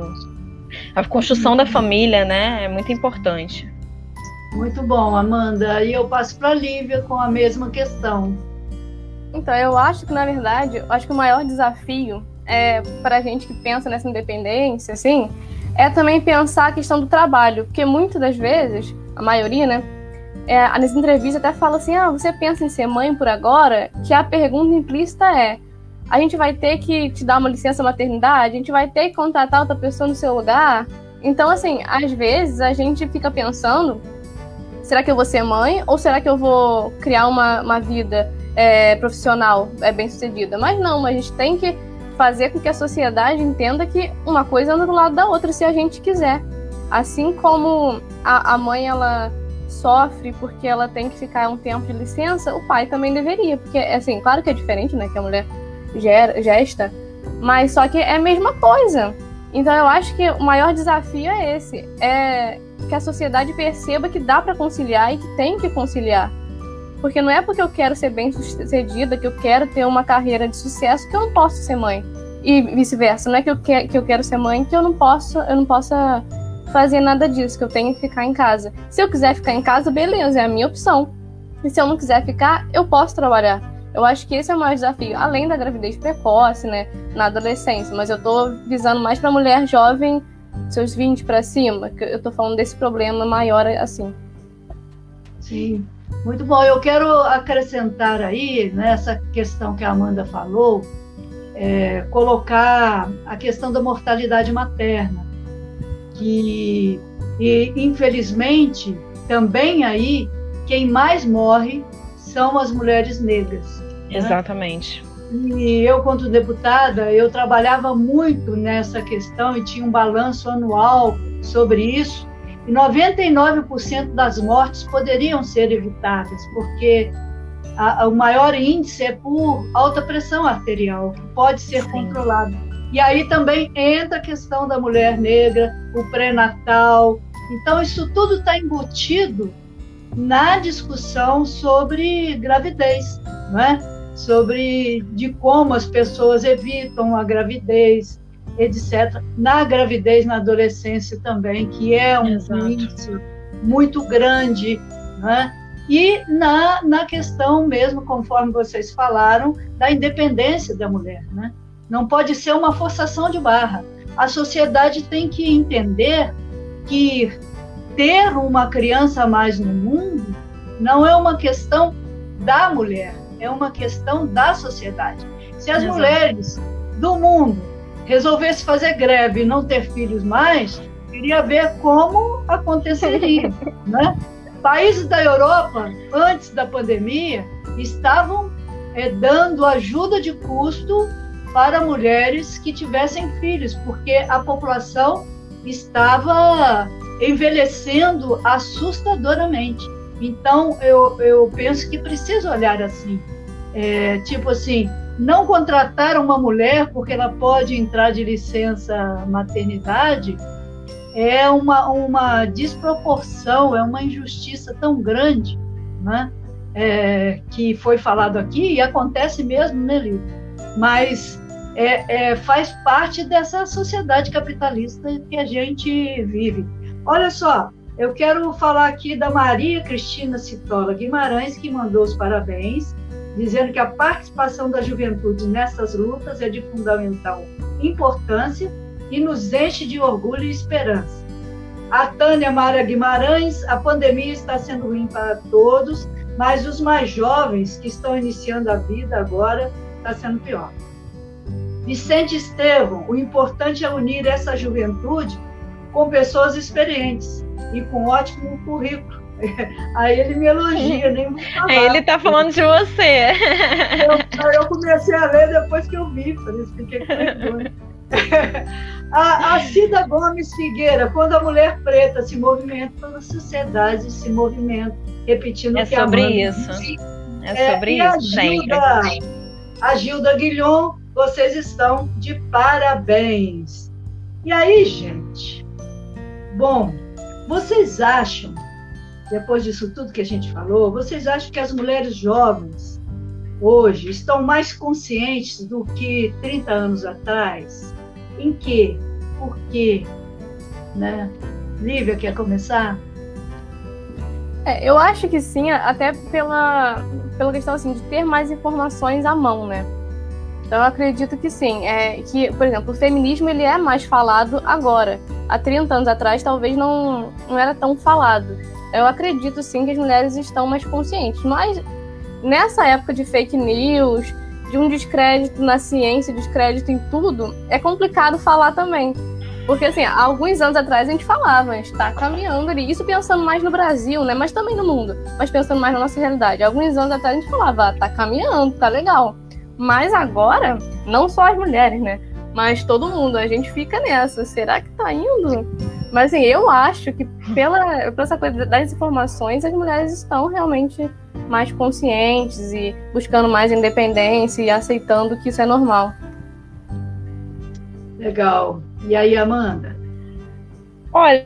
a construção da família, né, é muito importante. Muito bom, Amanda. E eu passo para a Lívia com a mesma questão. Então, eu acho que, na verdade, o maior desafio para a gente que pensa nessa independência, assim, é também pensar a questão do trabalho, porque muitas das vezes, a maioria, né, nessa entrevista até fala assim, você pensa em ser mãe por agora? Que a pergunta implícita a gente vai ter que te dar uma licença maternidade? A gente vai ter que contratar outra pessoa no seu lugar? Então, assim, às vezes a gente fica pensando, será que eu vou ser mãe ou será que eu vou criar uma vida profissional bem-sucedida? Mas não, a gente tem que fazer com que a sociedade entenda que uma coisa anda do lado da outra, se a gente quiser. Assim como a mãe, ela sofre porque ela tem que ficar um tempo de licença, o pai também deveria. Porque, assim, claro que é diferente, né, que a mulher gesta, mas só que é a mesma coisa. Então eu acho que o maior desafio é esse, é que a sociedade perceba que dá para conciliar e que tem que conciliar. Porque não é porque eu quero ser bem-sucedida, que eu quero ter uma carreira de sucesso, que eu não posso ser mãe. E vice-versa, não é que eu quero ser mãe, que eu não possa fazer nada disso, que eu tenho que ficar em casa. Se eu quiser ficar em casa, beleza, é a minha opção. E se eu não quiser ficar, eu posso trabalhar. Eu acho que esse é o maior desafio, além da gravidez precoce, né, na adolescência. Mas eu tô visando mais para mulher jovem, seus 20 para cima, que eu tô falando desse problema maior assim. Sim, muito bom. Eu quero acrescentar aí, nessa questão que a Amanda falou, colocar a questão da mortalidade materna, que, infelizmente, também aí, quem mais morre são as mulheres negras. Exatamente. Né? E eu, quando deputada, eu trabalhava muito nessa questão e tinha um balanço anual sobre isso, e 99% das mortes poderiam ser evitadas, porque o maior índice é por alta pressão arterial, que pode ser controlado. E aí também entra a questão da mulher negra, o pré-natal. Então, isso tudo está embutido na discussão sobre gravidez, não é? Sobre de como as pessoas evitam a gravidez, etc. Na gravidez, na adolescência também, que é um índice muito grande, não é? E na questão mesmo, conforme vocês falaram, da independência da mulher, né? Não pode ser uma forçação de barra. A sociedade tem que entender que ter uma criança a mais no mundo não é uma questão da mulher, é uma questão da sociedade. Se as mulheres do mundo resolvessem fazer greve e não ter filhos mais, queria ver como aconteceria, né? Países da Europa, antes da pandemia, estavam dando ajuda de custo para mulheres que tivessem filhos, porque a população estava envelhecendo assustadoramente. Então, eu penso que precisa olhar assim, tipo assim, não contratar uma mulher porque ela pode entrar de licença maternidade é uma desproporção, é uma injustiça tão grande, né? Que foi falado aqui e acontece mesmo, né, Lívia? Mas faz parte dessa sociedade capitalista que a gente vive. Olha só, eu quero falar aqui da Maria Cristina Citola Guimarães, que mandou os parabéns, dizendo que a participação da juventude nessas lutas é de fundamental importância e nos enche de orgulho e esperança. A Tânia Mara Guimarães, a pandemia está sendo ruim para todos, mas os mais jovens que estão iniciando a vida agora está sendo pior. Vicente Estevão, o importante é unir essa juventude com pessoas experientes e com ótimo currículo. Aí ele me elogia, nem vou falar. Ele está falando de você. Eu comecei a ler depois que eu vi, por isso fiquei com vergonha. A Cida Gomes Figueira, quando a mulher preta se movimenta, toda a sociedade se movimenta, repetindo o que a Amanda disse. É sobre isso, sempre. A Gilda Guilhom, vocês estão de parabéns. E aí, gente? Bom, vocês acham, depois disso tudo que a gente falou, vocês acham que as mulheres jovens hoje estão mais conscientes do que 30 anos atrás? Em quê? Por quê? Né? Lívia, quer começar? Eu acho que sim, até pela questão assim, de ter mais informações à mão, né? Então eu acredito que sim, que, por exemplo, o feminismo ele é mais falado agora. Há 30 anos atrás talvez não era tão falado. Eu acredito sim que as mulheres estão mais conscientes, mas nessa época de fake news, de um descrédito na ciência, descrédito em tudo, é complicado falar também. Porque, assim, há alguns anos atrás a gente falava, a gente tá caminhando ali, isso pensando mais no Brasil, né, mas também no mundo, mas pensando mais na nossa realidade. Há alguns anos atrás a gente falava, tá caminhando, tá legal. Mas agora, não só as mulheres, né, mas todo mundo, a gente fica nessa, será que tá indo? Mas, assim, eu acho que pela essa coisa das informações, as mulheres estão realmente mais conscientes e buscando mais independência e aceitando que isso é normal. Legal. E aí, Amanda? Olha,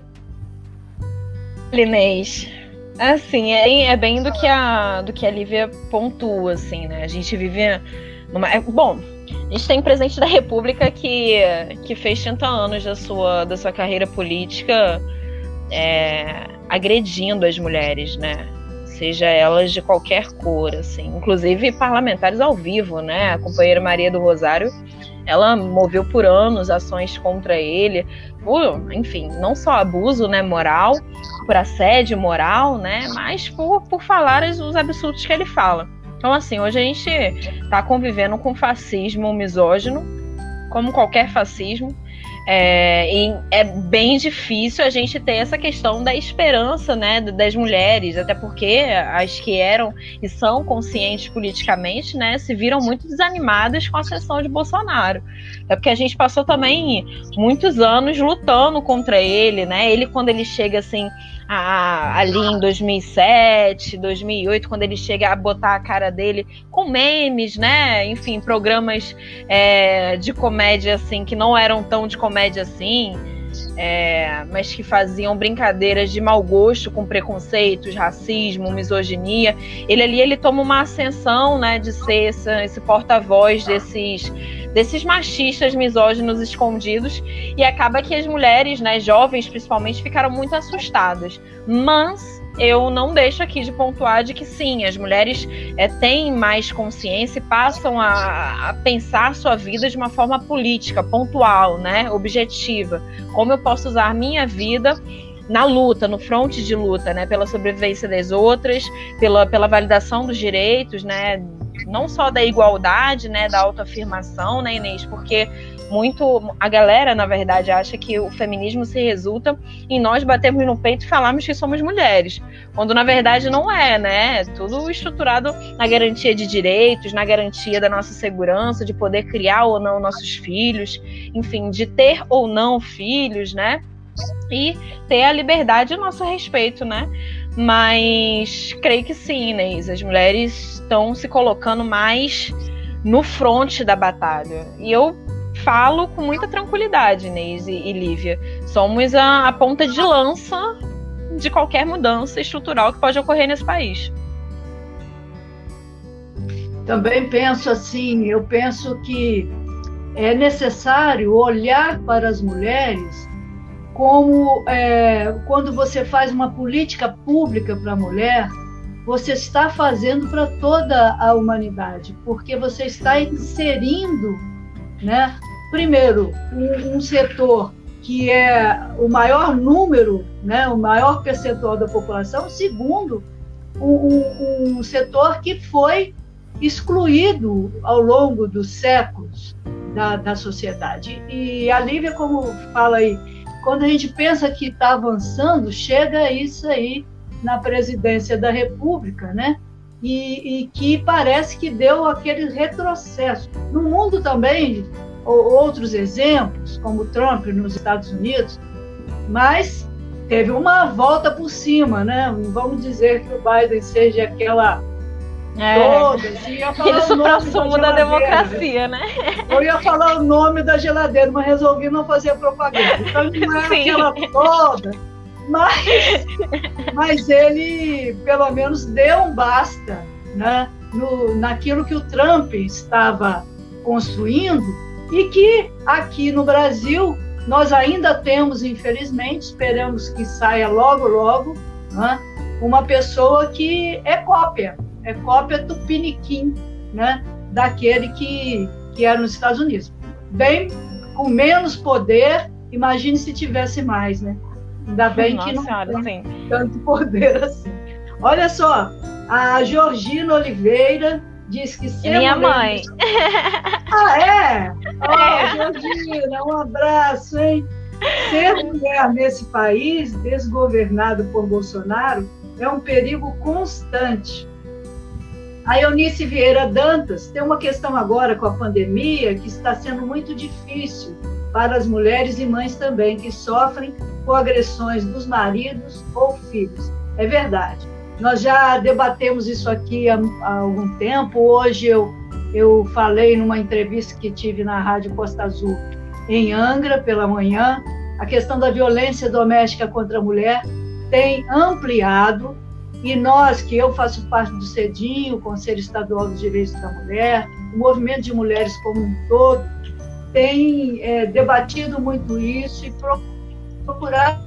Inês, assim, é bem do que a Lívia pontua, assim, né? A gente vive numa... Bom, a gente tem presidente da República que fez 30 anos da sua carreira política agredindo as mulheres, né? Seja elas de qualquer cor, assim. Inclusive parlamentares ao vivo, né? A companheira Maria do Rosário, ela moveu por anos ações contra ele, por, enfim, não só abuso, né, moral, por assédio moral, né, mas por falar os absurdos que ele fala. Então, assim, hoje a gente está convivendo com fascismo misógino, como qualquer fascismo, e é bem difícil a gente ter essa questão da esperança, né, das mulheres, até porque as que eram e são conscientes politicamente, né, se viram muito desanimadas com a ascensão de Bolsonaro. É porque a gente passou também muitos anos lutando contra ele, né? Ele, quando ele chega assim ali em 2007, 2008, quando ele chega a botar a cara dele com memes, né? Enfim, programas de comédia assim, que não eram tão de comédia assim, mas que faziam brincadeiras de mau gosto com preconceitos, racismo, misoginia. Ele toma uma ascensão, né, de ser esse porta-voz desses machistas misóginos escondidos, e acaba que as mulheres, né, jovens principalmente, ficaram muito assustadas. Mas eu não deixo aqui de pontuar de que sim, as mulheres têm mais consciência e passam a pensar sua vida de uma forma política, pontual, né, objetiva. Como eu posso usar minha vida na luta, no fronte de luta, né, pela sobrevivência das outras, pela validação dos direitos, né, não só da igualdade, né, da autoafirmação, né, Inês, porque a galera, na verdade, acha que o feminismo se resulta em nós batermos no peito e falarmos que somos mulheres, quando na verdade não é, né? Tudo estruturado na garantia de direitos, na garantia da nossa segurança, de poder criar ou não nossos filhos, enfim, de ter ou não filhos, né? E ter a liberdade a nosso respeito, né? Mas creio que sim, Inês, as mulheres estão se colocando mais no fronte da batalha. E eu falo com muita tranquilidade, Inês e Lívia. Somos a ponta de lança de qualquer mudança estrutural que pode ocorrer nesse país. Também penso assim, eu penso que é necessário olhar para as mulheres como quando você faz uma política pública para a mulher, você está fazendo para toda a humanidade, porque você está inserindo, né, primeiro, um setor que é o maior número, né, o maior percentual da população, segundo, um setor que foi excluído ao longo dos séculos da sociedade. E a Lívia, como fala aí, quando a gente pensa que está avançando, chega isso aí na presidência da República, né? E que parece que deu aquele retrocesso. No mundo também, outros exemplos, como Trump nos Estados Unidos, mas teve uma volta por cima, né? Não vamos dizer que o Biden seja aquela toda, aquele supra-sumo da democracia, né? Eu ia falar o nome da geladeira, mas resolvi não fazer propaganda. Então não é aquela toda, mas ele pelo menos deu um basta, né, naquilo que o Trump estava construindo, e que aqui no Brasil nós ainda temos, infelizmente, esperamos que saia logo, logo, né, uma pessoa que é cópia tupiniquim, né, daquele que era nos Estados Unidos. Bem, com menos poder, imagine se tivesse mais, né? Ainda bem que não tem tanto poder assim. Olha só, a Georgina Oliveira diz que... Minha mãe. Ah, é? Georgina, um abraço, hein? Ser mulher nesse país, desgovernado por Bolsonaro, é um perigo constante. A Eunice Vieira Dantas tem uma questão agora com a pandemia que está sendo muito difícil para as mulheres e mães também, que sofrem com agressões dos maridos ou filhos. É verdade. Nós já debatemos isso aqui há algum tempo. Hoje eu falei numa entrevista que tive na Rádio Costa Azul, em Angra, pela manhã. A questão da violência doméstica contra a mulher tem ampliado, e nós, que eu faço parte do CEDIM, o Conselho Estadual dos Direitos da Mulher, o movimento de mulheres como um todo, tem debatido muito isso e procurado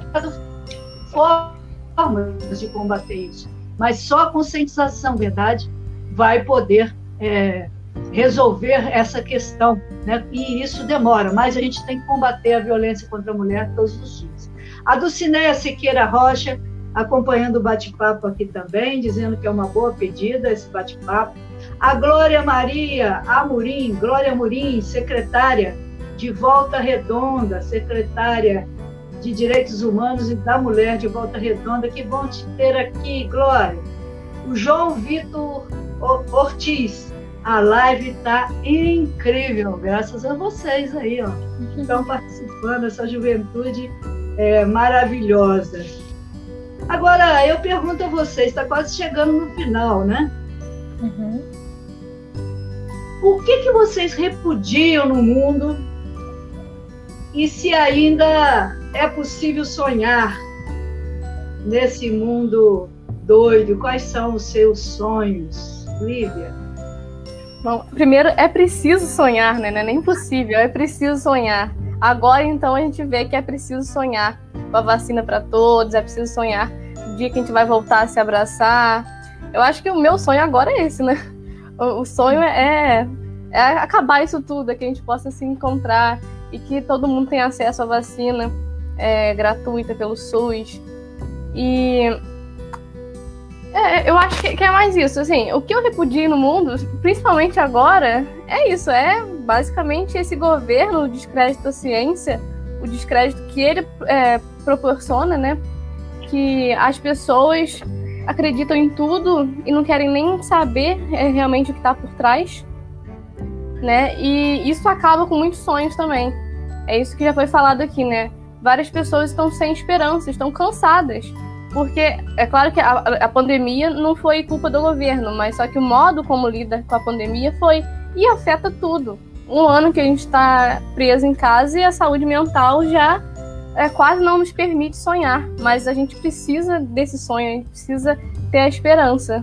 formas de combater isso. Mas só a conscientização, verdade, vai poder resolver essa questão, né? E isso demora, mas a gente tem que combater a violência contra a mulher todos os dias. A Dulcineia Siqueira Rocha, acompanhando o bate-papo aqui também, dizendo que é uma boa pedida esse bate-papo. A Glória Maria Amorim, Glória Amorim, secretária de Volta Redonda, secretária de Direitos Humanos e da Mulher de Volta Redonda, que bom te ter aqui, Glória. O João Vitor Ortiz, a live está incrível, graças a vocês aí, ó, que estão participando, essa juventude maravilhosa. Agora, eu pergunto a vocês, está quase chegando no final, né? Uhum. O que vocês repudiam no mundo e se ainda é possível sonhar nesse mundo doido? Quais são os seus sonhos, Lívia? Bom, primeiro é preciso sonhar, né? Não é nem possível, é preciso sonhar. Agora, então, a gente vê que é preciso sonhar com a vacina para todos, é preciso sonhar o dia que a gente vai voltar a se abraçar. Eu acho que o meu sonho agora é esse, né? O sonho é acabar isso tudo, é que a gente possa se encontrar e que todo mundo tenha acesso à vacina gratuita pelo SUS. E eu acho que é mais isso. Assim, o que eu repudio no mundo, principalmente agora, é isso. É basicamente esse governo, o descrédito da ciência, o descrédito que ele proporciona, né? Que as pessoas acreditam em tudo e não querem nem saber realmente o que está por trás, né? E isso acaba com muitos sonhos também. É isso que já foi falado aqui, né? Várias pessoas estão sem esperança, estão cansadas. Porque é claro que a pandemia não foi culpa do governo, mas só que o modo como lida com a pandemia foi e afeta tudo. Um ano que a gente está preso em casa e a saúde mental já quase não nos permite sonhar. Mas a gente precisa desse sonho, a gente precisa ter a esperança.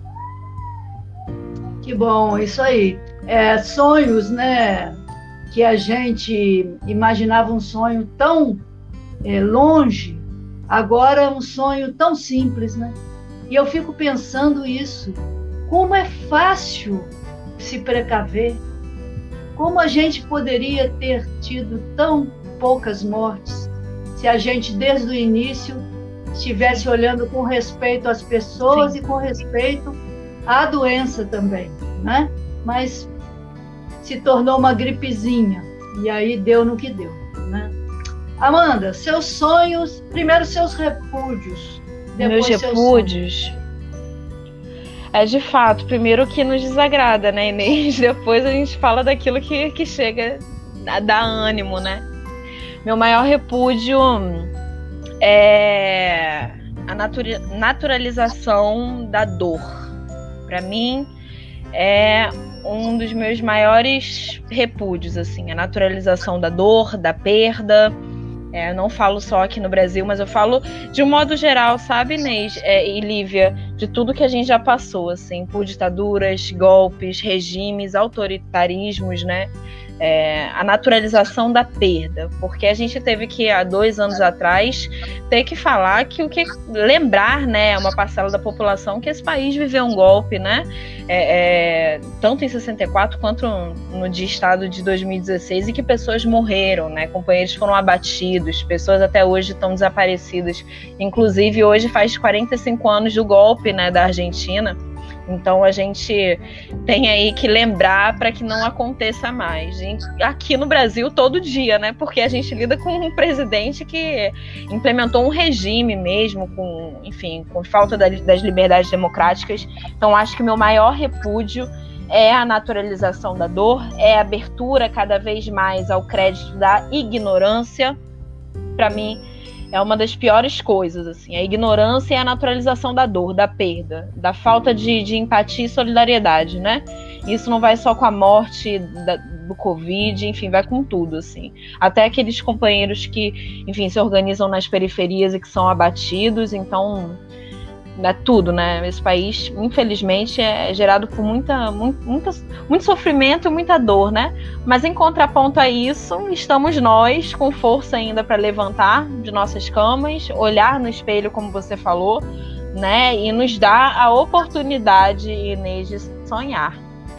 Que bom, isso aí. Sonhos, né? Que a gente imaginava um sonho tão longe, agora é um sonho tão simples, né? E eu fico pensando isso, como é fácil se precaver, como a gente poderia ter tido tão poucas mortes se a gente, desde o início, estivesse olhando com respeito às pessoas. Sim. E com respeito à doença também, né? Mas se tornou uma gripezinha, e aí deu no que deu, né? Amanda, seus sonhos, primeiro seus repúdios. Meus repúdios? De fato, primeiro o que nos desagrada, né, Inês? Depois a gente fala daquilo que chega a dar ânimo, né? Meu maior repúdio é a naturalização da dor. Para mim, é um dos meus maiores repúdios, assim, a naturalização da dor, da perda. Eu não falo só aqui no Brasil, mas eu falo de um modo geral, sabe, Inês e Lívia, de tudo que a gente já passou, assim, por ditaduras, golpes, regimes, autoritarismos, né? A naturalização da perda, porque a gente teve que, há 2 anos atrás, ter que falar lembrar, né, uma parcela da população que esse país viveu um golpe, né, tanto em 64 quanto no dia Estado de 2016, e que pessoas morreram, né, companheiros foram abatidos, pessoas até hoje estão desaparecidas, inclusive hoje faz 45 anos do golpe, né, da Argentina. Então a gente tem aí que lembrar para que não aconteça mais. Aqui no Brasil todo dia, né? Porque a gente lida com um presidente que implementou um regime mesmo, com falta das liberdades democráticas. Então acho que meu maior repúdio é a naturalização da dor, é a abertura cada vez mais ao crédito da ignorância. Para mim, é uma das piores coisas, assim, a ignorância e a naturalização da dor, da perda, da falta de empatia e solidariedade, né? Isso não vai só com a morte do Covid, enfim, vai com tudo, assim. Até aqueles companheiros que, enfim, se organizam nas periferias e que são abatidos, então, é tudo, né? Esse país, infelizmente, é gerado por muito sofrimento e muita dor, né? Mas em contraponto a isso, estamos nós com força ainda para levantar de nossas camas, olhar no espelho, como você falou, né? E nos dar a oportunidade, Inês, de sonhar.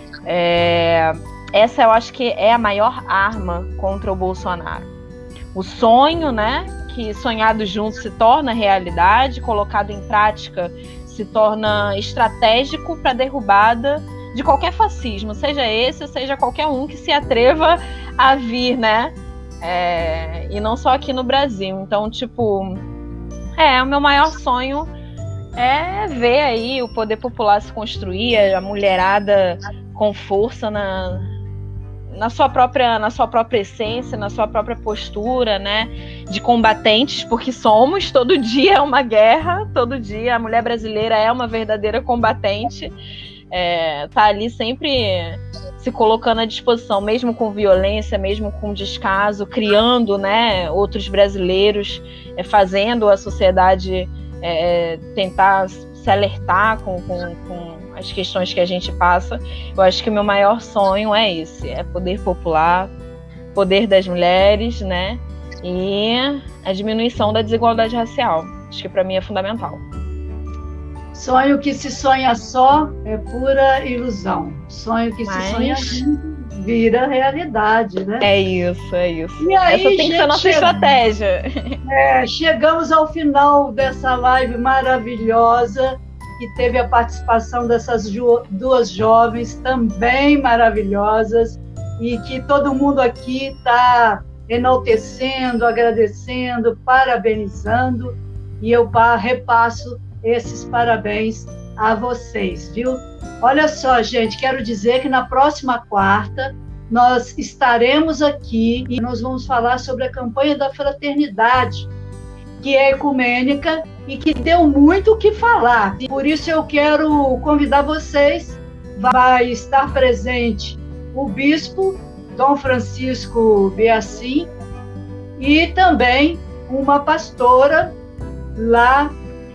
Essa eu acho que é a maior arma contra o Bolsonaro. O sonho, né? Que sonhado junto se torna realidade, colocado em prática se torna estratégico para a derrubada de qualquer fascismo, seja esse ou seja qualquer um que se atreva a vir, né? E não só aqui no Brasil. Então, o meu maior sonho é ver aí o poder popular se construir, a mulherada com força na sua própria essência, na sua própria postura, né, de combatentes, porque somos, todo dia é uma guerra, todo dia a mulher brasileira é uma verdadeira combatente, tá ali sempre se colocando à disposição, mesmo com violência, mesmo com descaso, criando, né, outros brasileiros, fazendo a sociedade tentar se alertar com as questões que a gente passa. Eu acho que o meu maior sonho é esse, é poder popular, poder das mulheres, né, e a diminuição da desigualdade racial. Acho que para mim é fundamental. Sonho que se sonha só é pura ilusão. Sonho que se sonha junto vira realidade, né? É isso. E aí, essa tem que ser a nossa estratégia. Chegamos ao final dessa live maravilhosa, que teve a participação dessas duas jovens também maravilhosas, e que todo mundo aqui está enaltecendo, agradecendo, parabenizando, e eu repasso esses parabéns a vocês, viu? Olha só, gente, quero dizer que na próxima quarta nós estaremos aqui e nós vamos falar sobre a campanha da fraternidade, que é ecumênica e que deu muito o que falar. Por isso eu quero convidar vocês. Vai estar presente o bispo Dom Francisco Beacim e também uma pastora lá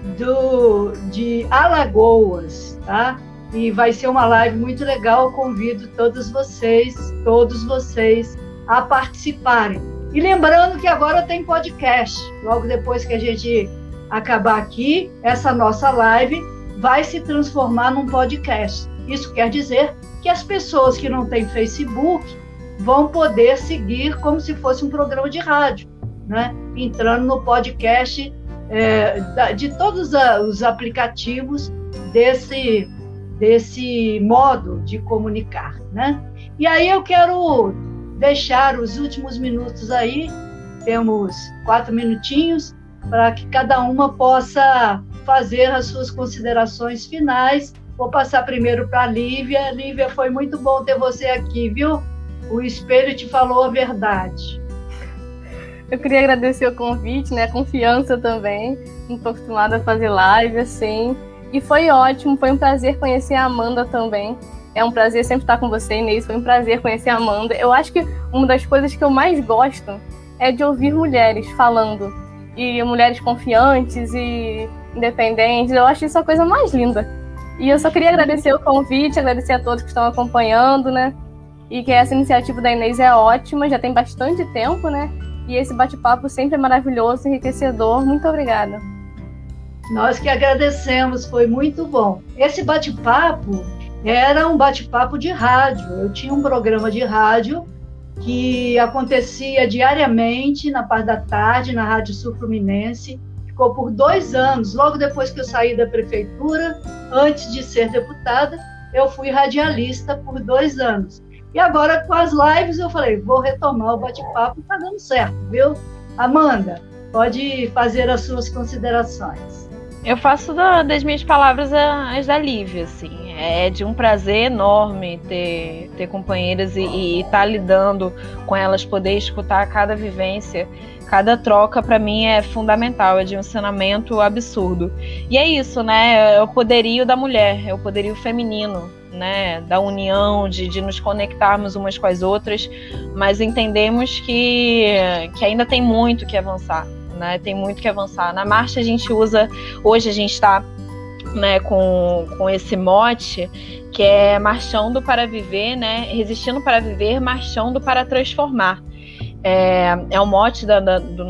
de Alagoas, tá? E vai ser uma live muito legal. Eu convido todos vocês a participarem. E lembrando que agora tem podcast. Logo depois que a gente acabar aqui, essa nossa live vai se transformar num podcast. Isso quer dizer que as pessoas que não têm Facebook vão poder seguir como se fosse um programa de rádio, né? Entrando no podcast de todos os aplicativos desse modo de comunicar, né? E aí eu quero deixar os últimos minutos aí, temos 4 minutinhos, para que cada uma possa fazer as suas considerações finais. Vou passar primeiro para a Lívia. Lívia, foi muito bom ter você aqui, viu? O espelho te falou a verdade. Eu queria agradecer o convite, né? A confiança também. Não estou acostumada a fazer live assim. E foi ótimo, foi um prazer conhecer a Amanda também. É um prazer sempre estar com você, Inês. Foi um prazer conhecer a Amanda. Eu acho que uma das coisas que eu mais gosto é de ouvir mulheres falando. E mulheres confiantes e independentes. Eu acho isso a coisa mais linda. E eu só queria agradecer o convite, agradecer a todos que estão acompanhando, né? E que essa iniciativa da Inês é ótima, já tem bastante tempo, né? E esse bate-papo sempre é maravilhoso, enriquecedor. Muito obrigada. Nós que agradecemos, foi muito bom. Esse bate-papo era um bate-papo de rádio. Eu tinha um programa de rádio que acontecia diariamente na parte da tarde, na Rádio Sul Fluminense. Ficou por 2 anos. Logo depois que eu saí da prefeitura, antes de ser deputada, eu fui radialista por 2 anos. E agora, com as lives, eu falei, vou retomar o bate-papo, está dando certo, viu? Amanda, pode fazer as suas considerações. Eu faço das minhas palavras as da Lívia, assim. É de um prazer enorme ter companheiras e estar lidando com elas, poder escutar cada vivência, cada troca, para mim é fundamental, é de um ensinamento absurdo. E é isso, né? É o poderio da mulher, é o poderio feminino, né? Da união, de nos conectarmos umas com as outras, mas entendemos que ainda tem muito que avançar. Né, tem muito que avançar. Na marcha a gente usa, hoje a gente está, né, com esse mote que é marchando para viver, né, resistindo para viver, marchando para transformar. É o mote das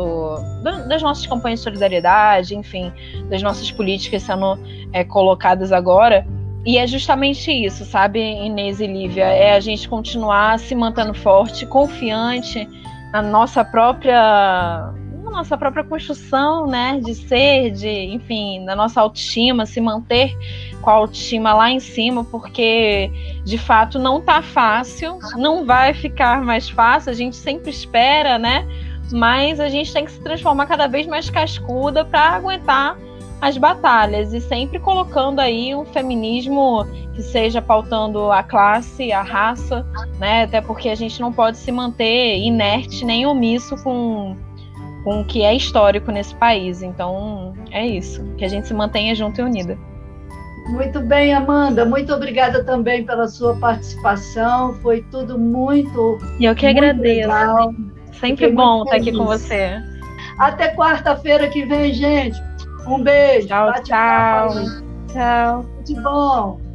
nossas campanhas de solidariedade, enfim, das nossas políticas sendo colocadas agora. E é justamente isso, sabe, Inês e Lívia, é a gente continuar se mantendo forte, confiante na nossa própria construção, né, de ser, enfim, na nossa autoestima, se manter com a autoestima lá em cima, porque de fato não tá fácil, não vai ficar mais fácil, a gente sempre espera, né, mas a gente tem que se transformar cada vez mais cascuda para aguentar as batalhas e sempre colocando aí um feminismo que seja pautando a classe, a raça, né, até porque a gente não pode se manter inerte nem omisso com o que é histórico nesse país. Então, é isso. Que a gente se mantenha junto e unida. Muito bem, Amanda. Muito obrigada também pela sua participação. Foi tudo muito E eu que agradeço. Legal. Sempre bom estar aqui com você. Até quarta-feira que vem, gente. Um beijo. Tchau, tchau. Tchau. Muito bom.